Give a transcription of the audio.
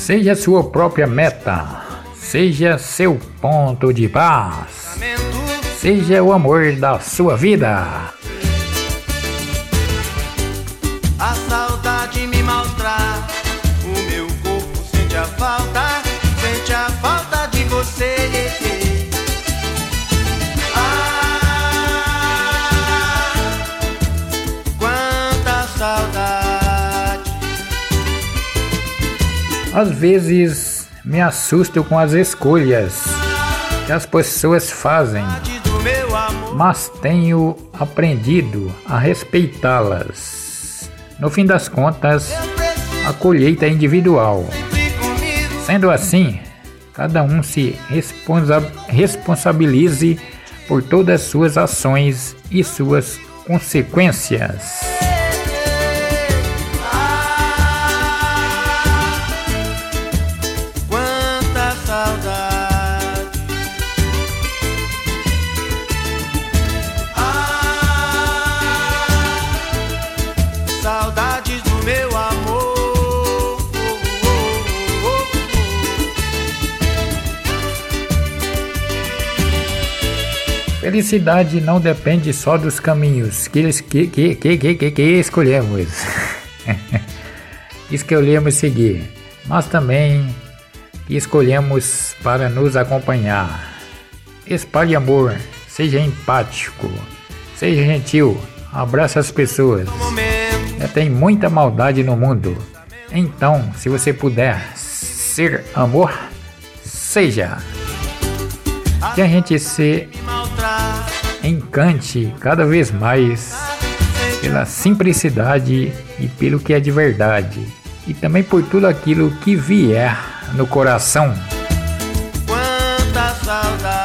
Seja sua própria meta, seja seu ponto de paz, seja o amor da sua vida. A saudade me maltrata, o meu corpo sente a falta de você. Quanta saudade. Às vezes me assusto com as escolhas que as pessoas fazem, mas tenho aprendido a respeitá-las. No fim das contas, a colheita é individual. Sendo assim, cada um se responsabilize por todas as suas ações e suas consequências. Quanta saudade. Saudades do meu amor. Felicidade não depende só dos caminhos que escolhemos. Escolhemos seguir, mas também que escolhemos para nos acompanhar. Espalhe amor, seja empático, seja gentil, abraça as pessoas. Tem muita maldade no mundo. Então, se você puder ser amor, seja. Que a gente se encante cada vez mais pela simplicidade e pelo que é de verdade. E também por tudo aquilo que vier no coração. Quanta saudade.